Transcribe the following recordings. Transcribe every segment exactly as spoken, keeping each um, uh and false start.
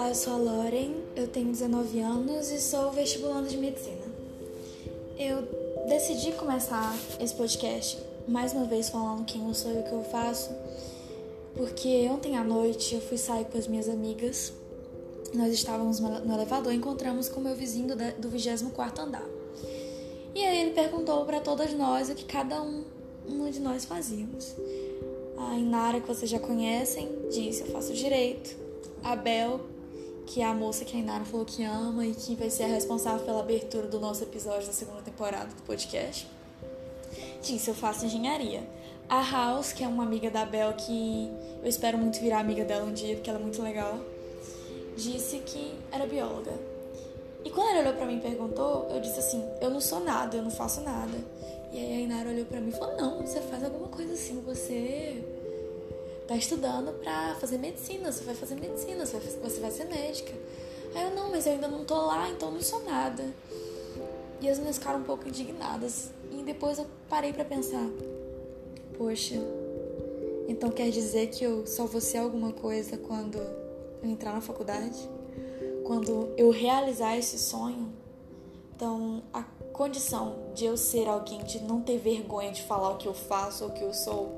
Olá, eu sou a Lauren, eu tenho dezenove anos e sou vestibulando de medicina. Eu decidi começar esse podcast, mais uma vez falando quem eu sou e o que eu faço, porque ontem à noite eu fui sair com as minhas amigas, nós estávamos no elevador e encontramos com o meu vizinho do vigésimo quarto andar. E aí ele perguntou para todas nós o que cada um, um de nós fazíamos. A Inara, que vocês já conhecem, disse: eu faço direito. A Bel, que é a moça que a Inara falou que ama e que vai ser a responsável pela abertura do nosso episódio da segunda temporada do podcast, disse: eu faço engenharia. A House, que é uma amiga da Bel, que eu espero muito virar amiga dela um dia, porque ela é muito legal, disse que era bióloga. E quando ela olhou pra mim e perguntou, eu disse assim: eu não sou nada, eu não faço nada. E aí a Inara olhou pra mim e falou: não, você faz alguma coisa assim, você tá estudando pra fazer medicina, você vai fazer medicina, você vai, você vai ser médica. Aí eu: não, mas eu ainda não tô lá, então não sou nada. E as meninas ficaram um pouco indignadas. E depois eu parei pra pensar: poxa, então quer dizer que eu só vou ser alguma coisa quando eu entrar na faculdade? Quando eu realizar esse sonho? Então a condição de eu ser alguém, de não ter vergonha de falar o que eu faço ou o que eu sou,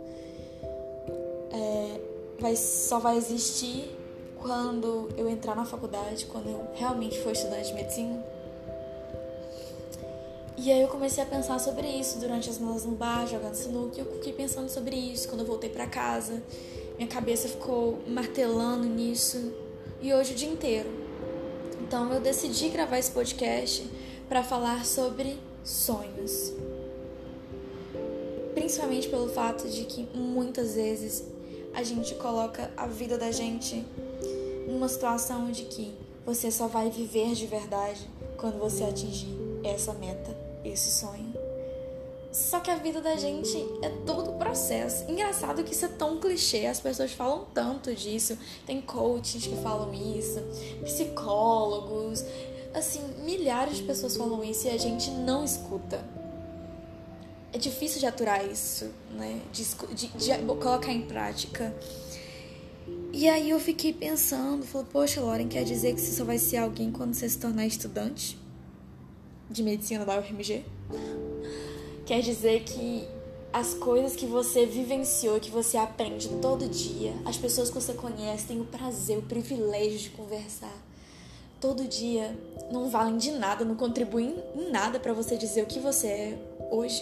é, vai, só vai existir quando eu entrar na faculdade, quando eu realmente for estudante de medicina. E aí eu comecei a pensar sobre isso durante as aulas no bar, jogando sinuca, e eu fiquei pensando sobre isso quando eu voltei pra casa. Minha cabeça ficou martelando nisso, e hoje o dia inteiro. Então eu decidi gravar esse podcast para falar sobre sonhos. Principalmente pelo fato de que muitas vezes a gente coloca a vida da gente numa situação de que você só vai viver de verdade quando você atingir essa meta, esse sonho. Só que a vida da gente é todo o processo. Engraçado que isso é tão clichê, as pessoas falam tanto disso. Tem coaches que falam isso, psicólogos, assim, milhares de pessoas falam isso e a gente não escuta. É difícil de aturar isso, né? De, de, de colocar em prática. E aí eu fiquei pensando, falei: poxa, Lauren, quer dizer que você só vai ser alguém quando você se tornar estudante de medicina da U F M G? Quer dizer que as coisas que você vivenciou, que você aprende todo dia, as pessoas que você conhece, têm o prazer, o privilégio de conversar todo dia, não valem de nada, não contribuem em nada para você dizer o que você é hoje?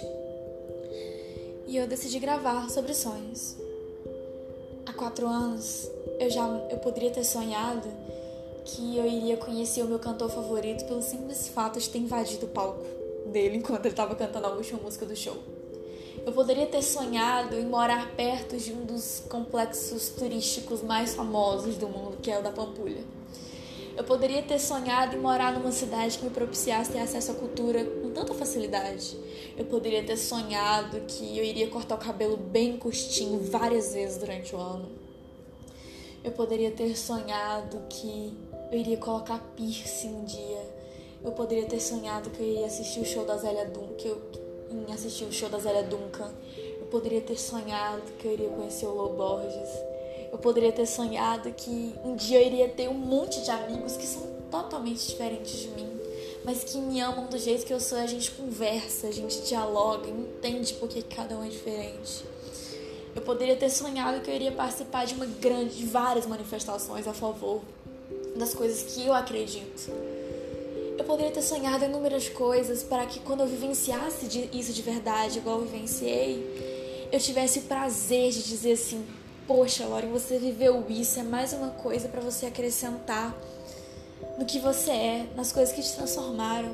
E eu decidi gravar sobre sonhos. Há quatro anos, eu já eu poderia ter sonhado que eu iria conhecer o meu cantor favorito pelo simples fato de ter invadido o palco dele enquanto ele estava cantando a última música do show. Eu poderia ter sonhado em morar perto de um dos complexos turísticos mais famosos do mundo, que é o da Pampulha. Eu poderia ter sonhado em morar numa cidade que me propiciasse ter acesso à cultura com tanta facilidade. Eu poderia ter sonhado que eu iria cortar o cabelo bem curtinho várias vezes durante o ano. Eu poderia ter sonhado que eu iria colocar piercing um dia. Eu poderia ter sonhado que eu ia assistir o show da Zélia Duncan, que eu ia assistir o show da Zélia Duncan. Eu poderia ter sonhado que eu iria conhecer o Lô Borges. Eu poderia ter sonhado que um dia eu iria ter um monte de amigos que são totalmente diferentes de mim, mas que me amam do jeito que eu sou. A gente conversa, a gente dialoga, entende por que cada um é diferente. Eu poderia ter sonhado que eu iria participar de uma grande, de várias manifestações a favor das coisas que eu acredito. Eu poderia ter sonhado inúmeras coisas para que quando eu vivenciasse isso de verdade, igual eu vivenciei, eu tivesse o prazer de dizer assim: poxa, Lauren, você viveu isso, é mais uma coisa para você acrescentar no que você é, nas coisas que te transformaram.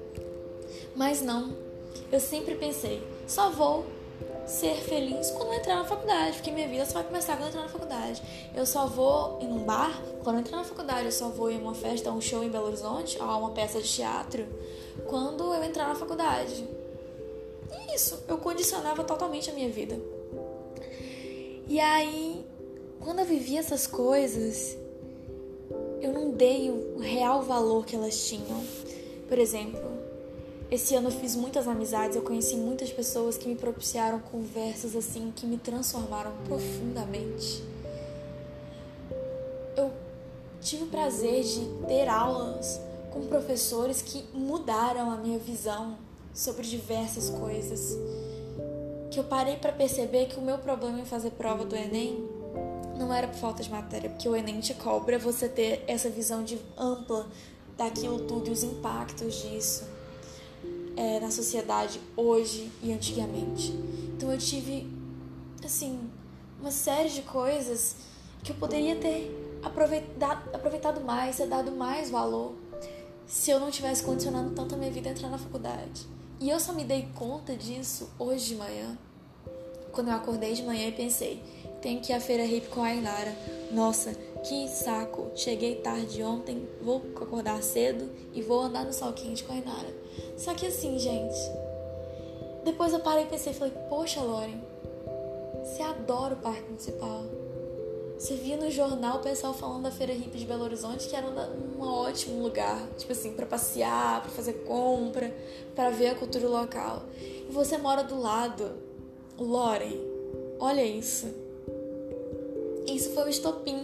Mas não, eu sempre pensei: só vou ser feliz quando eu entrar na faculdade, porque minha vida só vai começar quando eu entrar na faculdade. Eu só vou ir num bar quando eu entrar na faculdade, eu só vou ir em uma festa, um show em Belo Horizonte, ou uma peça de teatro, quando eu entrar na faculdade. E isso, eu condicionava totalmente a minha vida. E aí, quando eu vivi essas coisas, eu não dei o real valor que elas tinham. Por exemplo, esse ano eu fiz muitas amizades, eu conheci muitas pessoas que me propiciaram conversas assim, que me transformaram profundamente. Eu tive o prazer de ter aulas com professores que mudaram a minha visão sobre diversas coisas. Que eu parei para perceber que o meu problema em fazer prova do Enem não era por falta de matéria, porque o Enem te cobra você ter essa visão de ampla daquilo tudo e os impactos disso é, na sociedade hoje e antigamente. Então eu tive, assim, uma série de coisas que eu poderia ter aproveitado, aproveitado mais, ter dado mais valor se eu não tivesse condicionando tanto a minha vida a entrar na faculdade. E eu só me dei conta disso hoje de manhã, quando eu acordei de manhã e pensei, tenho que ir à feira hippie com a Ainara. Nossa, que saco, cheguei tarde ontem, vou acordar cedo e vou andar no sol quente com a Ainara. Só que assim, gente, depois eu parei e pensei, falei, poxa, Lauren, você adora o Parque Municipal. Você via no jornal o pessoal falando da Feira Hippie de Belo Horizonte, que era um ótimo lugar, tipo assim, pra passear, pra fazer compra, pra ver a cultura local. E você mora do lado. Lauren, olha isso. Isso foi o estopim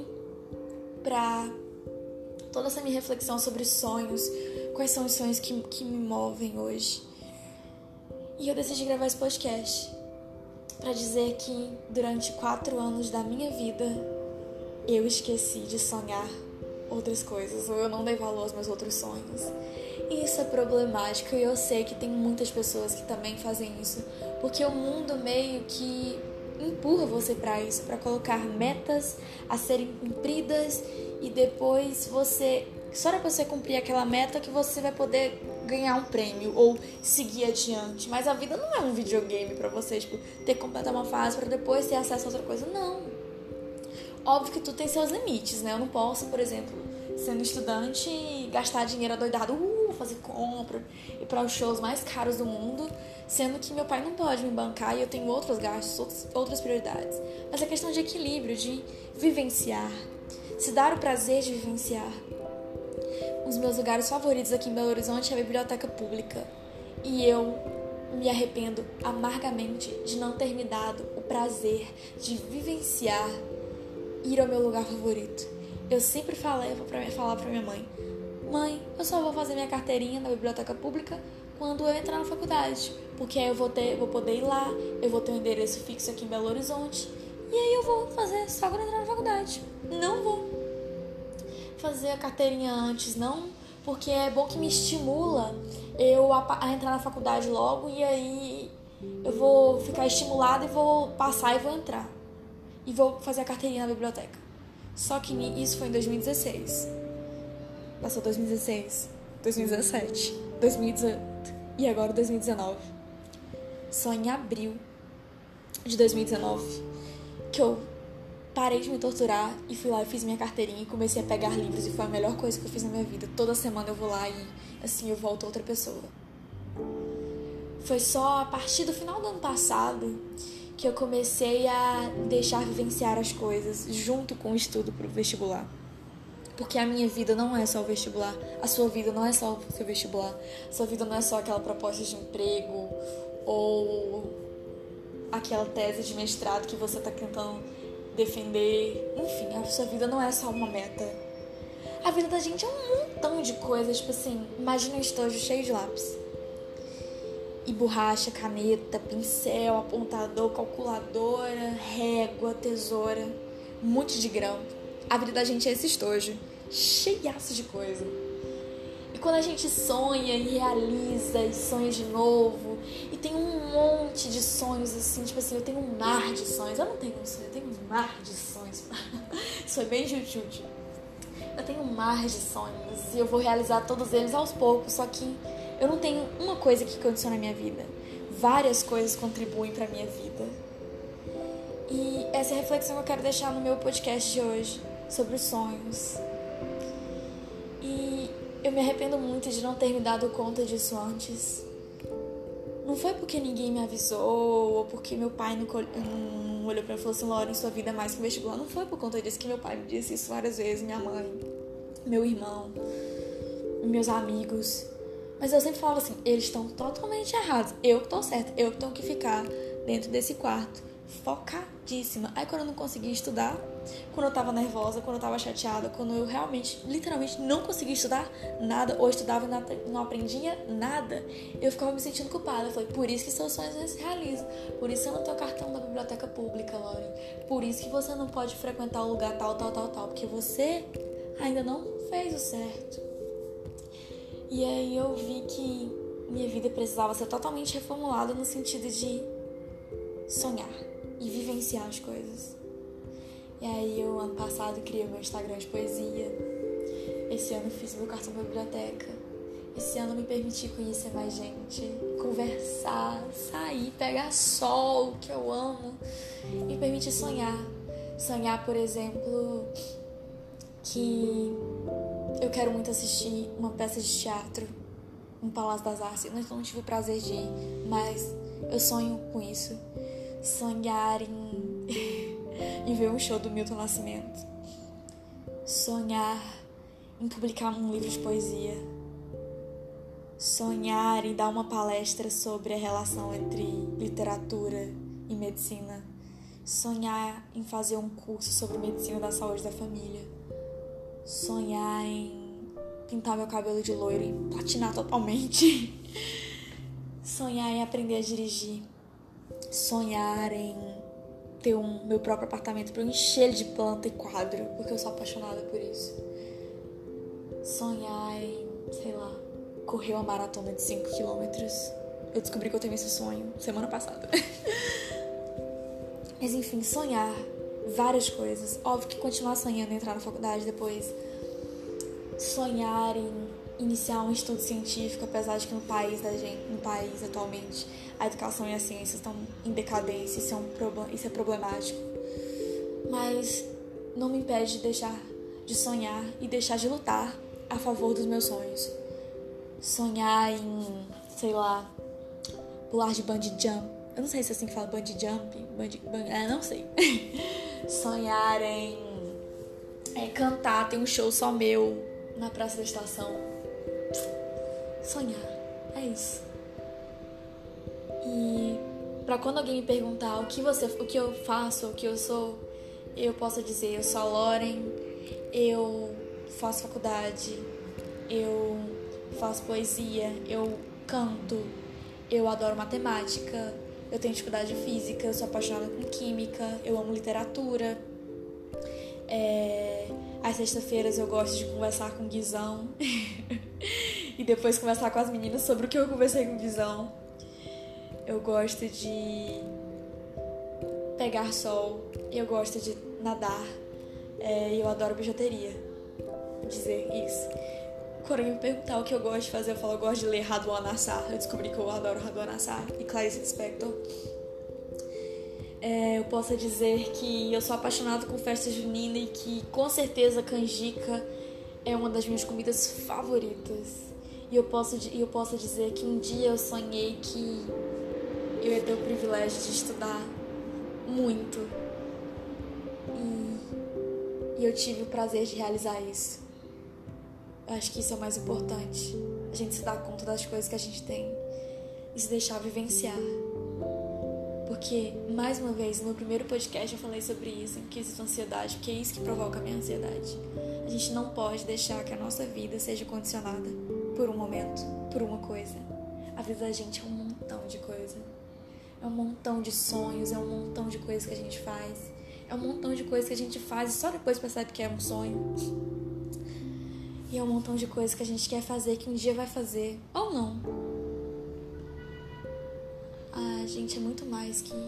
pra toda essa minha reflexão sobre sonhos, quais são os sonhos que, que me movem hoje. E eu decidi gravar esse podcast pra dizer que durante quatro anos da minha vida eu esqueci de sonhar outras coisas, ou eu não dei valor aos meus outros sonhos. E isso é problemático, e eu sei que tem muitas pessoas que também fazem isso, porque o mundo meio que empurra você para isso, para colocar metas a serem cumpridas, e depois você, só para você cumprir aquela meta que você vai poder ganhar um prêmio ou seguir adiante. Mas a vida não é um videogame para você, tipo, ter que completar uma fase para depois ter acesso a outra coisa, não. Óbvio que tudo tem seus limites, né? Eu não posso, por exemplo, sendo estudante, gastar dinheiro adoidado, uh, fazer compra, ir para os shows mais caros do mundo, sendo que meu pai não pode me bancar e eu tenho outros gastos, outras prioridades. Mas é questão de equilíbrio, de vivenciar, se dar o prazer de vivenciar. Um dos meus lugares favoritos aqui em Belo Horizonte é a biblioteca pública. E eu me arrependo amargamente de não ter me dado o prazer de vivenciar ir ao meu lugar favorito. Eu sempre falei pra falar pra minha mãe, mãe, eu só vou fazer minha carteirinha na biblioteca pública quando eu entrar na faculdade, porque aí eu vou, ter, vou poder ir lá, eu vou ter um endereço fixo aqui em Belo Horizonte, e aí eu vou fazer só quando eu entrar na faculdade. Não vou fazer a carteirinha antes, não, porque é bom que me estimula eu a, a entrar na faculdade logo, e aí eu vou ficar estimulada e vou passar e vou entrar. E vou fazer a carteirinha na biblioteca. Só que isso foi em dois mil e dezesseis. Passou dois mil e dezesseis, dois mil e dezessete, dois mil e dezoito e agora dois mil e dezenove. Só em abril de dois mil e dezenove que eu parei de me torturar e fui lá e fiz minha carteirinha e comecei a pegar livros, e foi a melhor coisa que eu fiz na minha vida. Toda semana eu vou lá e assim eu volto outra pessoa. Foi só a partir do final do ano passado que eu comecei a deixar vivenciar as coisas junto com o estudo pro vestibular. Porque a minha vida não é só o vestibular, a sua vida não é só o seu vestibular, a sua vida não é só aquela proposta de emprego ou aquela tese de mestrado que você tá tentando defender. Enfim, a sua vida não é só uma meta. A vida da gente é um montão de coisas, tipo assim, imagina um estojo cheio de lápis. E borracha, caneta, pincel, apontador, calculadora, régua, tesoura, um monte de grão. A vida da gente é esse estojo, cheiaço de coisa. E quando a gente sonha e realiza e sonha de novo, e tem um monte de sonhos assim, tipo assim, eu tenho um mar de sonhos. Eu não tenho um sonho, eu tenho um mar de sonhos. Isso foi bem jutute. Eu tenho um mar de sonhos e eu vou realizar todos eles aos poucos, só que eu não tenho uma coisa que condiciona a minha vida. Várias coisas contribuem para a minha vida. E essa é a reflexão que eu quero deixar no meu podcast de hoje, sobre os sonhos. E eu me arrependo muito de não ter me dado conta disso antes. Não foi porque ninguém me avisou, ou porque meu pai não, não olhou pra mim e falou assim, Lauren, sua vida é mais que vestibular. Não foi por conta disso que meu pai me disse isso várias vezes, minha mãe, meu irmão, meus amigos. Mas eu sempre falava assim, eles estão totalmente errados. Eu que tô certa, eu que tenho que ficar dentro desse quarto, focadíssima estressadíssima. Aí quando eu não conseguia estudar, quando eu tava nervosa, quando eu tava chateada, quando eu realmente, literalmente não conseguia estudar nada, ou estudava e não aprendia nada, eu ficava me sentindo culpada. Eu falei, por isso que seus sonhos não se realizam, por isso que você não tem o cartão da biblioteca pública, Lauren, por isso que você não pode frequentar o lugar tal, tal, tal, tal, porque você ainda não fez o certo. E aí eu vi que minha vida precisava ser totalmente reformulada no sentido de sonhar e vivenciar as coisas. E aí eu, ano passado, criei o meu Instagram de poesia. Esse ano fiz meu cartão da biblioteca. Esse ano me permiti conhecer mais gente, conversar, sair, pegar sol, que eu amo. Me permiti sonhar. Sonhar, por exemplo, que eu quero muito assistir uma peça de teatro no Palácio das Artes. Eu não tive o prazer de ir, mas eu sonho com isso. Sonhar em, em ver um show do Milton Nascimento. Sonhar em publicar um livro de poesia. Sonhar em dar uma palestra sobre a relação entre literatura e medicina. Sonhar em fazer um curso sobre medicina da saúde da família. Sonhar em pintar meu cabelo de loiro e platinar totalmente. Sonhar em aprender a dirigir. Sonhar em ter um meu próprio apartamento para eu encher ele de planta e quadro, porque eu sou apaixonada por isso. Sonhar em, sei lá, correr uma maratona de cinco quilômetros. Eu descobri que eu tenho esse sonho semana passada. Mas enfim, sonhar várias coisas. Óbvio que continuar sonhando em entrar na faculdade depois. Sonhar em iniciar um estudo científico, apesar de que no país da gente, no país atualmente, a educação e a ciência estão em decadência, isso é, um problem, isso é problemático. Mas não me impede de deixar de sonhar e deixar de lutar a favor dos meus sonhos. Sonhar em, sei lá, pular de bungee jump. Eu não sei se é assim que fala, bungee jump, bungee, bungee, é, não sei. Sonhar em é, cantar, ter um show só meu na Praça da Estação. Sonhar, é isso. E pra quando alguém me perguntar o que, você, o que eu faço, o que eu sou, eu posso dizer, eu sou a Lauren, eu faço faculdade, eu faço poesia, eu canto, eu adoro matemática, eu tenho dificuldade física, eu sou apaixonada por química, eu amo literatura. É, às sextas-feiras eu gosto de conversar com o Guizão e depois conversar com as meninas sobre o que eu conversei com o Guizão. Eu gosto de pegar sol, eu gosto de nadar, é, eu adoro bijuteria. Vou dizer isso. Quando alguém me perguntar o que eu gosto de fazer, eu falo, eu gosto de ler Radwan Nassar. Eu descobri que eu adoro Radwan Nassar e Clarice Lispector. É, eu posso dizer que eu sou apaixonada com festa junina e que com certeza canjica é uma das minhas comidas favoritas. E eu posso, eu posso dizer que um dia eu sonhei que eu ia ter o privilégio de estudar muito. E, e eu tive o prazer de realizar isso. Eu acho que isso é o mais importante. A gente se dar conta das coisas que a gente tem e se deixar vivenciar. Porque, mais uma vez, no primeiro podcast eu falei sobre isso, que existe ansiedade, porque é isso que provoca a minha ansiedade. A gente não pode deixar que a nossa vida seja condicionada por um momento, por uma coisa. A vida da gente é um montão de coisa. É um montão de sonhos, é um montão de coisas que a gente faz. É um montão de coisas que a gente faz e só depois percebe que é um sonho. E é um montão de coisas que a gente quer fazer, que um dia vai fazer, ou não. A gente é muito mais que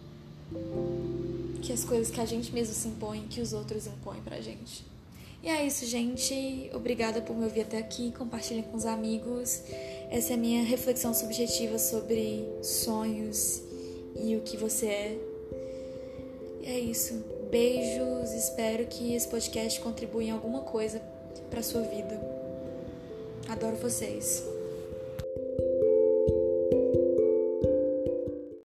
que as coisas que a gente mesmo se impõe, que os outros impõem pra gente. E é isso, gente. Obrigada por me ouvir até aqui. Compartilhem com os amigos. Essa é a minha reflexão subjetiva sobre sonhos e o que você é. E é isso. Beijos. Espero que esse podcast contribua em alguma coisa pra sua vida. Adoro vocês.